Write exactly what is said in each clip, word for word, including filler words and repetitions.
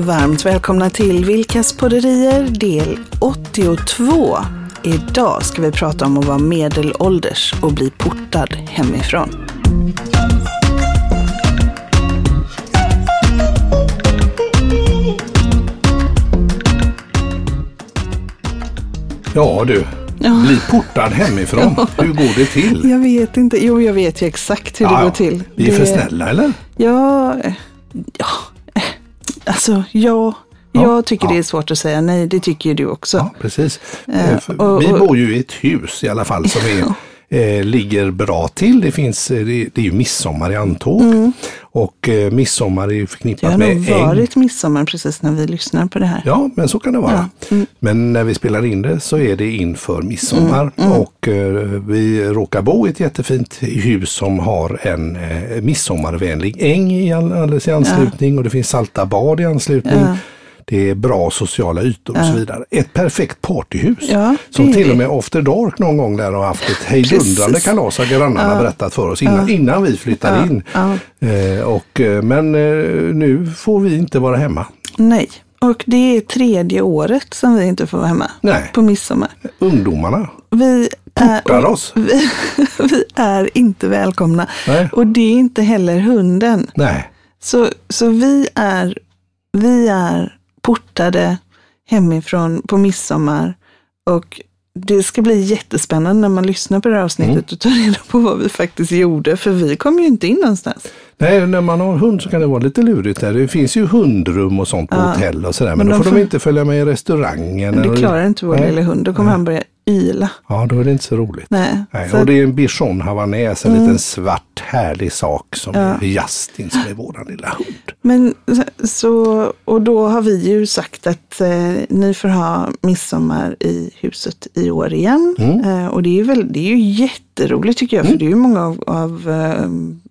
Varmt välkomna till Vilkas podderier del åttiotvå. Idag ska vi prata om att vara medelålders och bli portad hemifrån. Ja du, Ja. bli portad hemifrån. Ja. Hur går det till? Jag vet inte. Jo, jag vet ju exakt hur Ja, det ja. går till. Vi är det... för snälla, eller? Ja, ja. Alltså, ja. Ja, Jag tycker ja. det är svårt att säga nej. Det tycker ju du också. Ja, precis. Eh, För och- vi och- bor ju i ett hus i alla fall som är, eh, ligger bra till. Det finns, eh, det, det är ju midsommar i antåg. Mm. Och eh, midsommar är ju Det förknippat har med nog äng. varit midsommar precis när vi lyssnar på det här. Ja, men så kan det vara. Ja. Mm. Men när vi spelar in det så är det inför midsommar. Mm. Och eh, vi råkar bo i ett jättefint hus som har en eh, midsommarvänlig äng i all, alldeles i anslutning. Och det finns salta bad i anslutning. Ja. Det är bra sociala ytor och så vidare. Ett perfekt partyhus. Ja, det som är till och det. med After Dark någon gång där har haft ett hejdundrande Precis. kalas har grannarna Ja. berättat för oss innan, Ja. innan vi flyttade Ja. in. Ja. Eh, och, eh, men eh, nu får vi inte vara hemma. Nej, och det är tredje året som vi inte får vara hemma. Nej. På midsommar. Ungdomarna Vi är, portar oss. vi, vi är inte välkomna. Nej. Och det är inte heller hunden. Nej. Så, så vi är, vi är portade hemifrån på midsommar. Och det ska bli jättespännande när man lyssnar på det här avsnittet Mm. och tar reda på vad vi faktiskt gjorde. För vi kom ju inte in någonstans. Nej, när man har hund så kan det vara lite lurigt där. Det finns ju hundrum och sånt på Ja. hotell och sådär. Men, Men då de får de får- inte följa med i restaurangen. Men det eller- klarar inte vår Nej. lilla hund. Då kommer han börja yla. Ja, då är det inte så roligt. Nej. Nej, Så och det är en bichon havanäs, en liten svart härlig sak som Ja. är Justin som är våran lilla hund. Men så, och då har vi ju sagt att eh, ni får ha midsommar i huset i år igen. Mm. Eh, och det är ju väl, det är ju jätteroligt tycker jag, för det är ju många av, av, eh,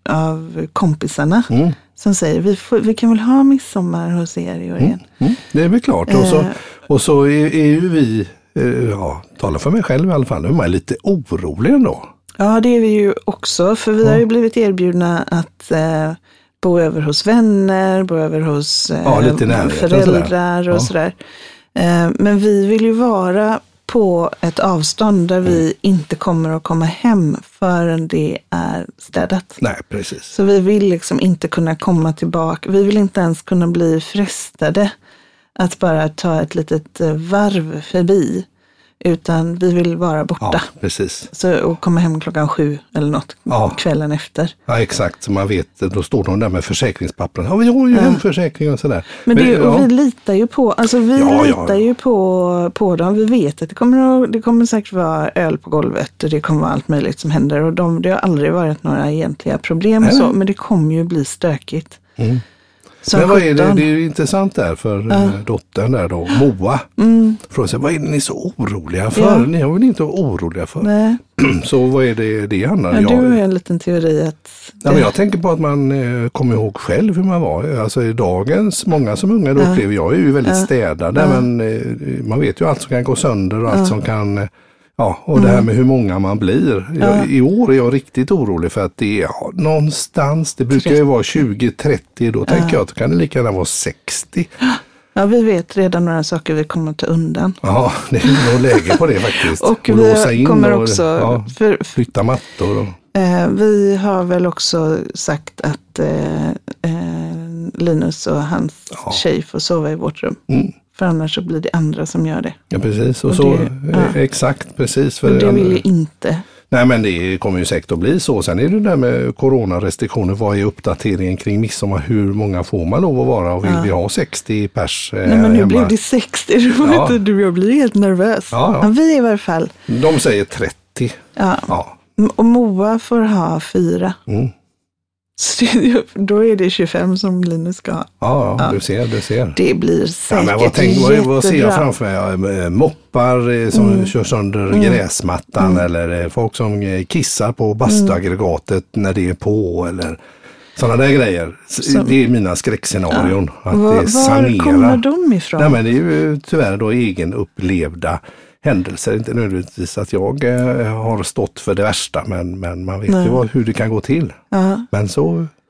av kompisarna Mm. som säger vi, får, vi kan väl ha midsommar hos er i år igen. Mm. Det är väl klart. Och så, Eh. och så är, är ju vi, eh, ja, talar för mig själv i alla fall, nu är man lite orolig ändå. Ja, det är vi ju också, för vi har ju blivit erbjudna att eh, bo över hos vänner, bo över hos eh, Ja, lite närhet och föräldrar sådär. och Ja. sådär. Eh, men vi vill ju vara på ett avstånd där vi inte kommer att komma hem förrän det är städat. Nej, precis. Så vi vill liksom inte kunna komma tillbaka. Vi vill inte ens kunna bli frestade att bara ta ett litet eh, varv förbi. Utan vi vill vara borta. Ja, precis. Så, och komma hem klockan sju eller något Ja. kvällen efter. Ja, exakt. Så man vet, då står de där med försäkringspappren. Ja, vi har ju hemförsäkring och sådär. Men, det, ja. och vi litar ju på, alltså vi Ja, ja, litar ja. ju på, på dem. Vi vet att det kommer, att, det kommer säkert vara öl på golvet och det kommer vara allt möjligt som händer. Och de, det har aldrig varit några egentliga problem och Nej. så, men det kommer ju bli stökigt. Mm. Som Men vad är det, sjutton. det är ju intressant där för Ja. äh. dottern där då, Moa. Mm. Frågar sig, vad är det ni är så oroliga för? Ja. Ni har väl inte varit oroliga för? Nej, Så vad är det det handlar men om? du Jag, har ju en liten teori att ja, men jag tänker på att man eh, kommer ihåg själv hur man var. Alltså i dagens, många som unga då Ja. upplever jag är ju väldigt Ja. städade. Ja. Men eh, man vet ju allt som kan gå sönder och allt Ja. som kan... eh, Ja, och det här med hur många man blir. Ja. Jag, I år är jag riktigt orolig för att det är ja, någonstans, det brukar ju vara tjugo trettio, då tänker jag att det kan det lika gärna vara sextio. ja, vi vet redan några saker vi kommer att ta undan. Ja, det är nog läge på det faktiskt. Och låsa vi in kommer och, också, ja, för, flytta mattor. Och, Eh, vi har väl också sagt att eh, eh, Linus och hans Ja. tjej får sova i vårt rum. mm. För annars så blir det andra som gör det. Ja, precis. Och, Och så, det- eh, ja. exakt, precis. För Och det vill ju inte. Nej, men det kommer ju säkert att bli så. Sen är det där med coronarestriktioner. Vad är uppdateringen kring midsommar? Hur många får man lov att vara? Och vill Ja. vi ha sextio pers eh, Nej, men nu hemma? blev det sextio. Du Ja. vet inte, du, jag blir helt nervös. Ja, ja. Men vi är i varje fall. De säger trettio. Ja. Ja. Och Moa får ha fyra. Mm. Så det, då är det tjugofem som Linus ska ha. Ja, ja, Ja. du ser, du ser. Det blir Ja, säkert men vad, tänk, vad, vad ser jag jättebra. framför mig? Eh, Moppar eh, som Mm. kör sönder Mm. gräsmattan Mm. eller eh, folk som eh, kissar på bastuaggregatet när det är på eller sådana där grejer. S- Så- Det är mina skräckscenarion. Att Var, det var sanera. kommer de ifrån? Nej, men det är ju tyvärr då egenupplevda händelser. Inte nödvändigtvis att jag eh, har stått för det värsta, men, men man vet Nej. ju vad, hur det kan gå till. Ja. Men så,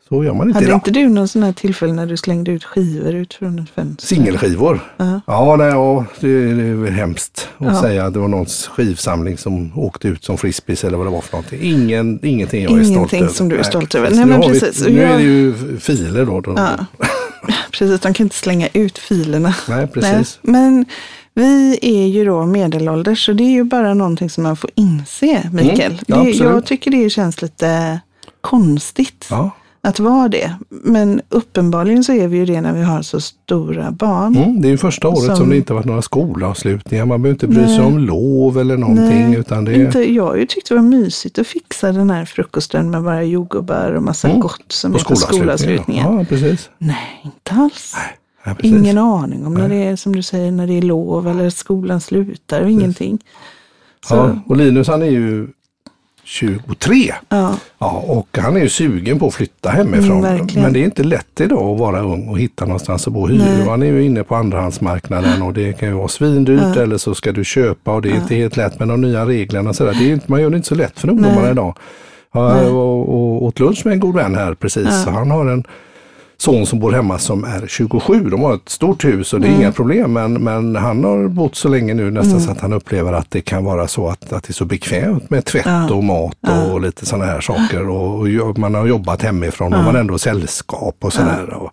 Så gör man inte Hade idag. inte du någon sån här tillfälle när du slängde ut skivor ut från ett fönster? Singelskivor? Uh-huh. Ja, nej, ja, det, det är väl hemskt att uh-huh. säga att det var någons skivsamling som åkte ut som frisbees eller vad det var för någonting. Ingen, ingenting jag är ingenting stolt över. Ingenting som du är stolt nej. över. Nej, nej, men vi, precis. nu jag... är det ju filer då. då. Ja. Precis, de kan inte slänga ut filerna. Nej, precis. Nej. Men vi är ju då medelålders så det är ju bara någonting som man får inse, Mikael. Mm, ja, det, jag tycker det känns lite konstigt ja. att vara det. Men uppenbarligen så är vi ju det när vi har så stora barn. Mm, det är ju första året som, som det inte varit några skolavslutningar. Man behöver inte bry sig om lov eller någonting. Nej, utan det är... inte, jag har ju tyckt det var mysigt att fixa den här frukosten med bara jordgubbar och massa mm. gott som på är på skolavslutningen. Ja, precis. Nej, inte alls. Nej. Ja, ingen aning om när det är, som du säger, när det är lov eller skolan slutar och ingenting. Så. Ja, och Linus han är ju tjugotre. Ja. Ja, och han är ju sugen på att flytta hemifrån. Mm, men det är inte lätt idag att vara ung och hitta någonstans att bo. Hyr. Han är ju inne på andrahandsmarknaden och det kan ju vara svindyrt ja. eller så ska du köpa och det är ja. inte helt lätt med de nya reglerna. Så där. Det är inte, man gör det inte så lätt för ungdomar idag. Ja, och, och åt lunch med en god vän här precis. Ja. Så han har en son som bor hemma som är tjugosju. De har ett stort hus och det är mm. inga problem. Men, men han har bott så länge nu nästan mm. så att han upplever att det kan vara så att, att det är så bekvämt med tvätt ja. och mat och ja. lite sådana här saker. Och, och man har jobbat hemifrån och ja. man har ändå sällskap och sådär. Ja.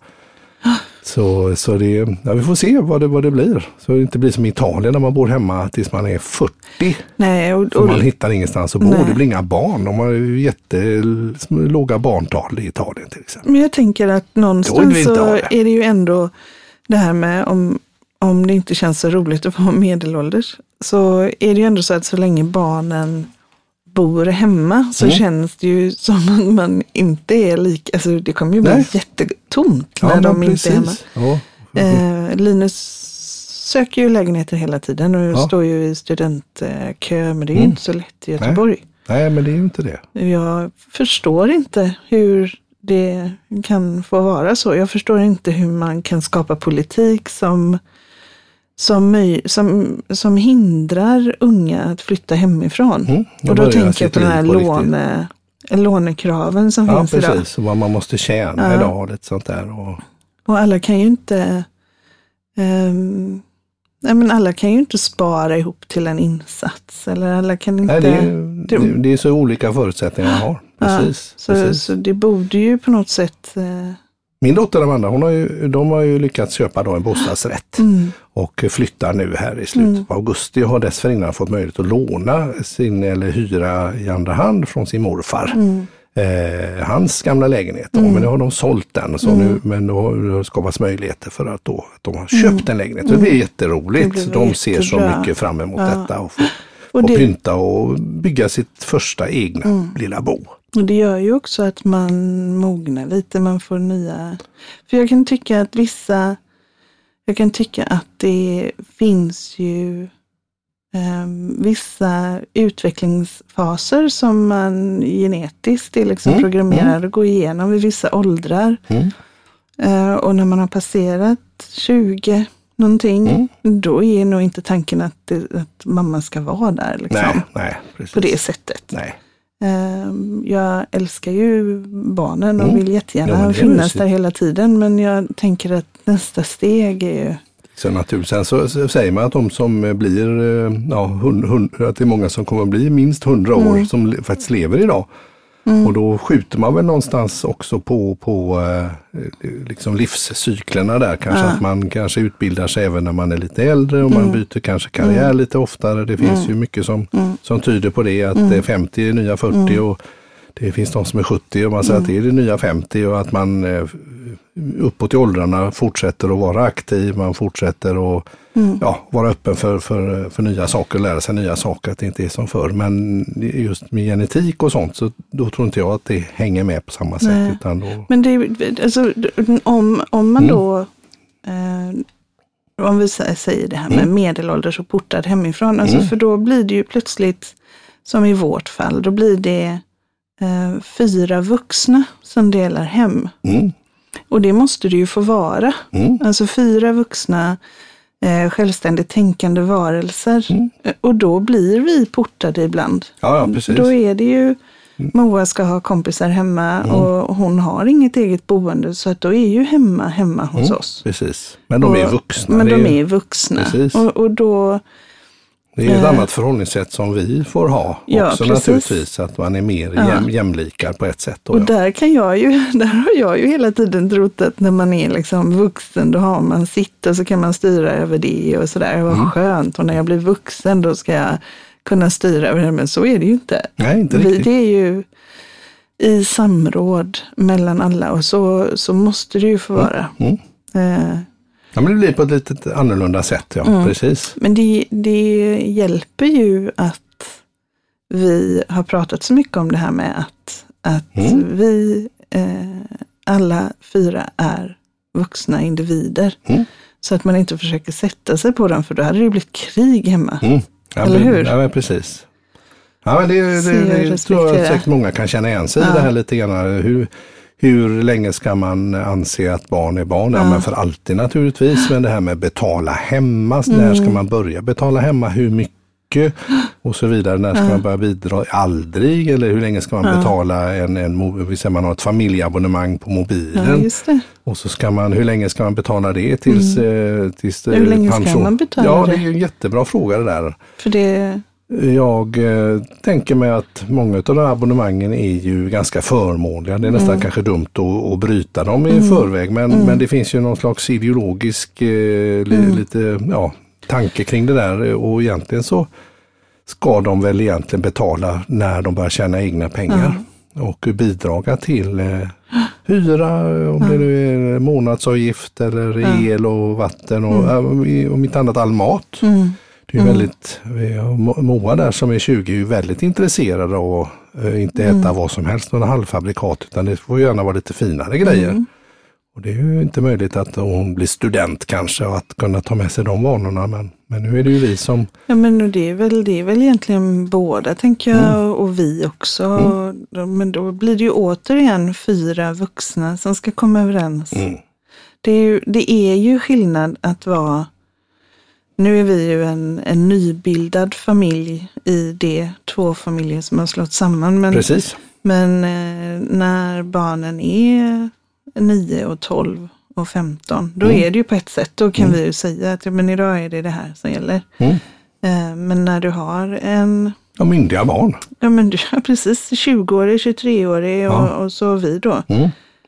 Så, så det, ja, vi får se vad det, vad det blir. Så det inte blir som i Italien när man bor hemma tills man är fyrtio. Nej, och, och man hittar ingenstans att bo. Nej. Det blir inga barn. De har ju jättelåga barntal i Italien till exempel. Men jag tänker att någonstans är så det. är det ju ändå det här med om, om det inte känns så roligt att vara medelålders. Så är det ju ändå så att så länge barnen bor hemma så mm. känns det ju som att man inte är lika, alltså det kommer ju bli Nej. jättetomt när ja, de inte är hemma. Ja. Eh, Linus söker ju lägenheter hela tiden och ja. står ju i studentkö, men det är ju mm. inte så lätt i Göteborg. Nej. Nej, men det är ju inte det. Jag förstår inte hur det kan få vara så. Jag förstår inte hur man kan skapa politik som Som, som, som hindrar unga att flytta hemifrån. Mm, och då tänker jag på den här på låne, lånekraven som ja, finns precis, idag. Ja, precis. Och vad man måste tjäna ja. idag och lite sånt där. Och... och alla kan ju inte um, nej men alla kan ju inte spara ihop till en insats. Eller alla kan inte... Nej, det, är, det, det är så olika förutsättningar man har. Precis, ja, så, precis. så det borde ju på något sätt... Uh, Min dotter Amanda, hon har ju, de har ju lyckats köpa då en bostadsrätt mm. och flyttar nu här i slutet mm. på augusti och har dessförinnan fått möjlighet att låna sin eller hyra i andra hand från sin morfar. Mm. Eh, hans gamla lägenhet då, mm. men nu har de sålt den så mm. nu, men då har det skapats möjligheter för att, då, att de har köpt mm. en lägenhet. Så det blir jätteroligt. Det blir de ser jättebra. Så mycket fram emot ja. detta och få och det... pynta och bygga sitt första egna mm. lilla bo. Och det gör ju också att man mognar lite, man får nya... För jag kan tycka att vissa... Jag kan tycka att det finns ju eh, vissa utvecklingsfaser som man genetiskt är liksom mm, programmerad mm. att gå igenom vid vissa åldrar. Mm. Eh, och när man har passerat tjugo någonting, mm. då är nog inte tanken att, det, att mamma ska vara där liksom, nej, nej, precis. På det sättet. Nej. Jag älskar ju barnen och mm. vill jättegärna ja, finnas där hela tiden, men jag tänker att nästa steg är ju... Så naturligt. Sen så, så säger man att de som blir, ja, hund, hund, att det är många som kommer att bli minst hundra år mm. som faktiskt lever idag. Mm. Och då skjuter man väl någonstans också på, på eh, liksom livscyklerna där. Kanske ja. att man kanske utbildar sig även när man är lite äldre och mm. man byter kanske karriär mm. lite oftare. Det finns mm. ju mycket som, mm. som tyder på det. Att mm. femtio är nya fyrtio mm. och det finns de som är sjuttio och man säger mm. att det är det nya femtio och att man eh, uppåt i åldrarna fortsätter att vara aktiv. Man fortsätter att mm. ja, vara öppen för, för, för nya saker, lära sig nya saker, att det inte är som förr. Men just med genetik och sånt, så då tror inte jag att det hänger med på samma sätt. Nej. Utan då... Men det, alltså, om, om man mm. då, eh, om vi säger det här med mm. medelålders och portad hemifrån, alltså, mm. för då blir det ju plötsligt, som i vårt fall, då blir det eh, fyra vuxna som delar hem. Mm. Och det måste det ju få vara. Mm. Alltså fyra vuxna eh, självständigt tänkande varelser. Mm. Och då blir vi portade ibland. Ja, ja, precis. Då är det ju Moa ska ha kompisar hemma mm. och hon har inget eget boende så att då är ju hemma hemma hos mm, oss. Precis, men de är vuxna. Men de är vuxna. Och, och då... Det är ju ett annat förhållningssätt som vi får ha ja, också precis. Naturligtvis, att man är mer ja. jäm, jämlikar på ett sätt. Då, och ja. där kan jag ju, där har jag ju hela tiden trott att när man är liksom vuxen då har man sitt och så kan man styra över det och sådär. Vad mm. skönt, och när jag blir vuxen då ska jag kunna styra över det, men så är det ju inte. Nej, inte vi, riktigt. Det är ju i samråd mellan alla och så, så måste det ju få vara. Mm. Mm. Eh, Ja, men det blir på ett lite annorlunda sätt, ja, mm. precis. Men det, det hjälper ju att vi har pratat så mycket om det här med att, att mm. vi eh, alla fyra är vuxna individer. Mm. Så att man inte försöker sätta sig på dem, för då hade det ju blivit krig hemma. Mm. Ja, eller men, hur? Ja, men precis. Ja, men det, det, det, det tror jag säkert många kan känna igen sig ja. i det här lite grann. Hur... Hur länge ska man anse att barn är barn? Ja, ja men för alltid naturligtvis. Men det här med betala hemma. Mm. När ska man börja betala hemma? Hur mycket? Och så vidare. När ska ja. man börja bidra? Aldrig. Eller hur länge ska man ja. betala en, en vi säger man har ett familjeabonnemang på mobilen? Ja, just det. Och så ska man, hur länge ska man betala det tills, mm. tills hur länge pension? Ska man betala ja, det? det är ju en jättebra fråga det där. För det... Jag eh, tänker mig att många av de här abonnemangen är ju ganska förmånliga. Det är nästan mm. kanske dumt att, att bryta dem i mm. förväg. Men, mm. men det finns ju någon slags ideologisk eh, li, mm. lite, ja, tanke kring det där. Och egentligen så ska de väl egentligen betala när de börjar tjäna egna pengar. Mm. Och bidraga till eh, hyra, om mm. det nu är månadsavgift eller el och vatten och, mm. och mitt annat all mat. Mm. Det är mm. väldigt, Moa där som är tjugo är ju väldigt intresserad av att uh, inte äta mm. vad som helst, några halvfabrikat, utan det får gärna vara lite finare grejer. Mm. Och det är ju inte möjligt att hon blir student kanske och att kunna ta med sig de vanorna, men, men nu är det ju vi som... Ja, men det är väl, det är väl egentligen båda tänker jag mm. och vi också. Mm. Men då blir det ju återigen fyra vuxna som ska komma överens. Mm. Det är ju, det är ju skillnad att vara... Nu är vi ju en, en nybildad familj i de två familjer som har slått samman. Men, Precis. men eh, när barnen är nio och tolv och femton, då mm. är det ju på ett sätt. Då kan mm. vi ju säga att men idag är det det här som gäller. Mm. Eh, men när du har en... Ja, myndiga barn. Ja, men du har precis tjugo-årig, tjugotre-årig och, ja. och så vi då. Mm.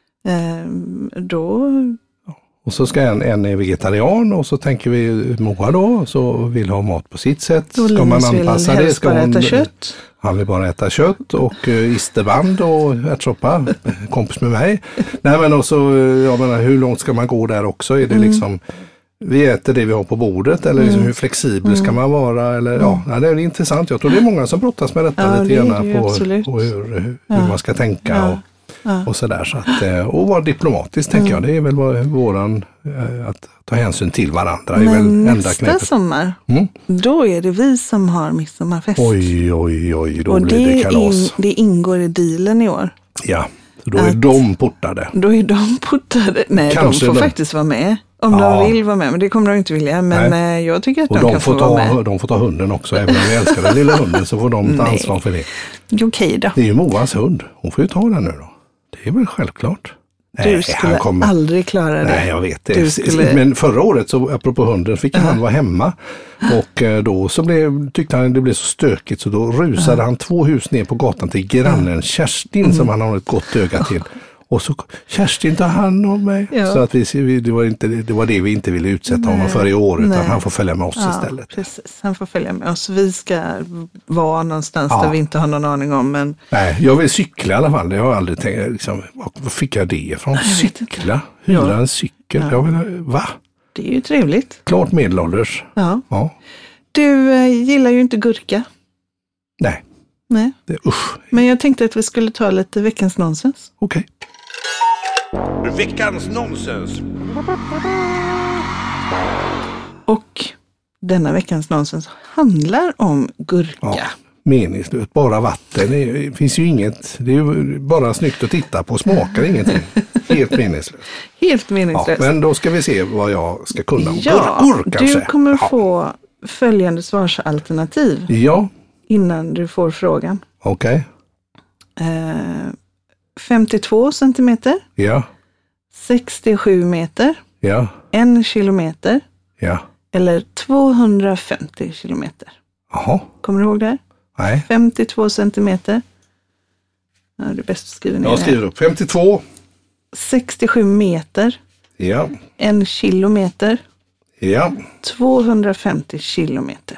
Eh, då... Och så ska en, en är vegetarian och så tänker vi Moa då, så vill ha mat på sitt sätt. Då ska man anpassa det? Ska bara hon, äta kött. Han vill bara äta kött och uh, isterband och ärtsoppa, kompis med mig. Nej men också, jag menar, hur långt ska man gå där också? Är det mm. liksom, vi äter det vi har på bordet eller liksom, mm. hur flexibel mm. ska man vara? Eller, mm. ja, det är intressant. Jag tror det är många som brottas med detta ja, lite grann på, på hur, hur, ja. hur man ska tänka ja. och Ja. Och sådär, så att, och vara diplomatisk tänker mm. jag, det är väl våran, att ta hänsyn till varandra. Men är väl nästa enda knepet. sommar, mm. då är det vi som har midsommarfest. Oj, oj, oj, då och blir det, det kalas. In, det ingår i dealen i år. Ja, så då är att, de portade. Då är de portade. Nej, Kanske de får de... faktiskt vara med. Om ja. de vill vara med, men det kommer de inte vilja. Men Nej. jag tycker att och de, de kan får få ta, vara med. De får ta hunden också, även om vi älskar den lilla hunden så får de ta ansvar för det. Okej okay då. Det är ju Moas hund, hon får ju ta den nu då. Det är väl självklart. Du Nej, skulle kommer... aldrig klara det. Nej, jag vet det. Skulle... Men förra året, så apropå hunden, fick uh-huh. han vara hemma. Och då så blev, tyckte han det blev så stökigt så då rusade uh-huh. han två hus ner på gatan till grannen uh-huh. Kerstin mm. som han har ett gott öga till. Och så Kerstin tar hand om mig. Ja. Så att vi, det, var inte, det var det vi inte ville utsätta Nej. honom för i år, utan Nej. han får följa med oss ja, istället. Precis, han får följa med oss. Vi ska vara någonstans ja. där vi inte har någon aning om. Men... Nej, jag vill cykla i alla fall. Det har jag aldrig tänkt. Liksom, var fick jag det ifrån? Cykla? Hyra ja. en cykel? Ja. Jag vill, va? Det är ju trevligt. Klart medelålders. Ja. ja. Du äh, gillar ju inte gurka. Nej. Nej. Det, usch. Men jag tänkte att vi skulle ta lite veckans nonsens. Okej. Okay. Veckans nonsens. Och denna veckans nonsens handlar om gurka. Ja, meningslöst. Bara vatten. Det finns ju inget. Det är ju bara snyggt att titta på. Smakar ingenting. Helt meningslöst. Helt meningslöst. Ja, men då ska vi se vad jag ska kunna om ja, gurkor kanske. Du kommer ja. få följande svarsalternativ. Ja. Innan du får frågan. Okej. Okay. eh, femtiotvå centimeter. Ja. sextiosju meter. Ja. En kilometer. Ja. Eller tvåhundrafemtio kilometer. Jaha. Kommer du ihåg det? Nej. femtiotvå centimeter. Ja, det är bäst att skriva ner Jag skriver upp femtiotvå. sextiosju meter. Ja. En kilometer. Ja. tvåhundrafemtio kilometer.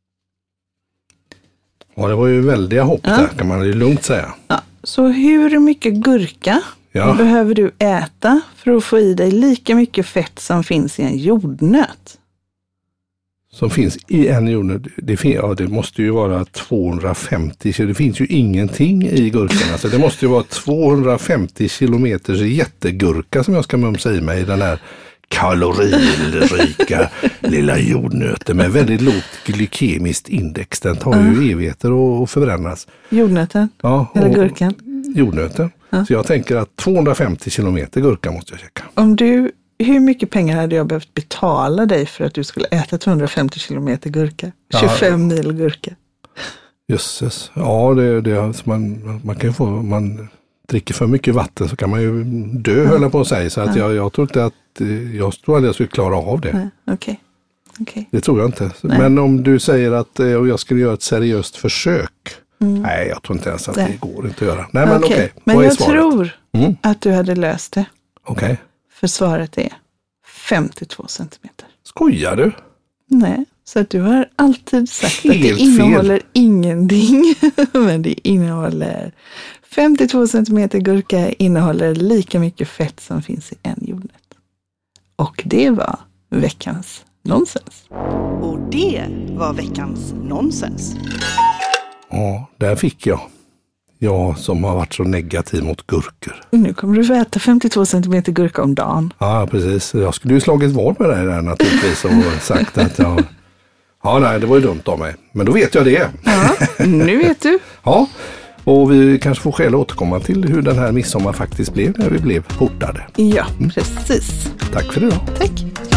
Ja, det var ju väldiga hopp ja. där, kan man ju lugnt säga. Ja. Så hur mycket gurka ja. behöver du äta för att få i dig lika mycket fett som finns i en jordnöt? Som finns i en jordnöt, det, fin- ja, det måste ju vara tvåhundrafemtio, så det finns ju ingenting i gurkorna. Så det måste ju vara tvåhundrafemtio kilometers jättegurka som jag ska mumsa i mig i den här kaloririka lilla jordnöten med väldigt lågt glykemiskt index. Den tar ju uh. evigheter att förbrännas. Jordnöten? Ja, eller gurkan? Jordnöten. Uh. Så jag tänker att tvåhundrafemtio kilometer gurka måste jag checka. Om du, hur mycket pengar hade jag behövt betala dig för att du skulle äta tvåhundrafemtio kilometer gurka? tjugofem ja. mil gurka. Jösses. Ja, det, det, alltså man, man kan ju få... Man, dricker för mycket vatten så kan man ju dö, mm. höll jag på att säga. Så att jag, jag tror inte att jag tror att jag skulle klara av det. Okej. Okay. Okay. Det tror jag inte. Nej. Men om du säger att och jag skulle göra ett seriöst försök. Mm. Nej, jag tror inte ens att nej. det går inte att göra. Nej, men okej. Okay. Okay. Men jag tror mm. att du hade löst det. Okej. Okay. För svaret är femtiotvå centimeter. Skojar du? Nej, så att du har alltid sagt helt att det innehåller fel. ingenting. Men det innehåller femtiotvå centimeter gurka innehåller lika mycket fett som finns i en jordnöt. Och det var veckans nonsens. Och det var veckans nonsens. Ja, där fick jag. Jag som har varit så negativ mot gurkor. Nu kommer du få äta femtiotvå centimeter gurka om dagen. Ja, precis. Jag skulle ju slagit vad med det där naturligtvis och sagt att jag... Ja, nej, det var ju dumt av mig. Men då vet jag det. Ja, nu vet du. Ja, och vi kanske får skäl att återkomma till hur den här midsommar faktiskt blev när vi blev portade. Ja, mm. precis. Tack för det då. Tack.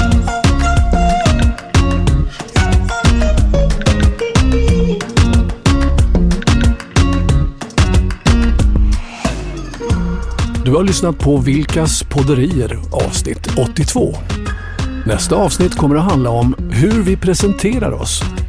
Du har lyssnat på Vilkas podderier avsnitt åttiotvå. Nästa avsnitt kommer att handla om hur vi presenterar oss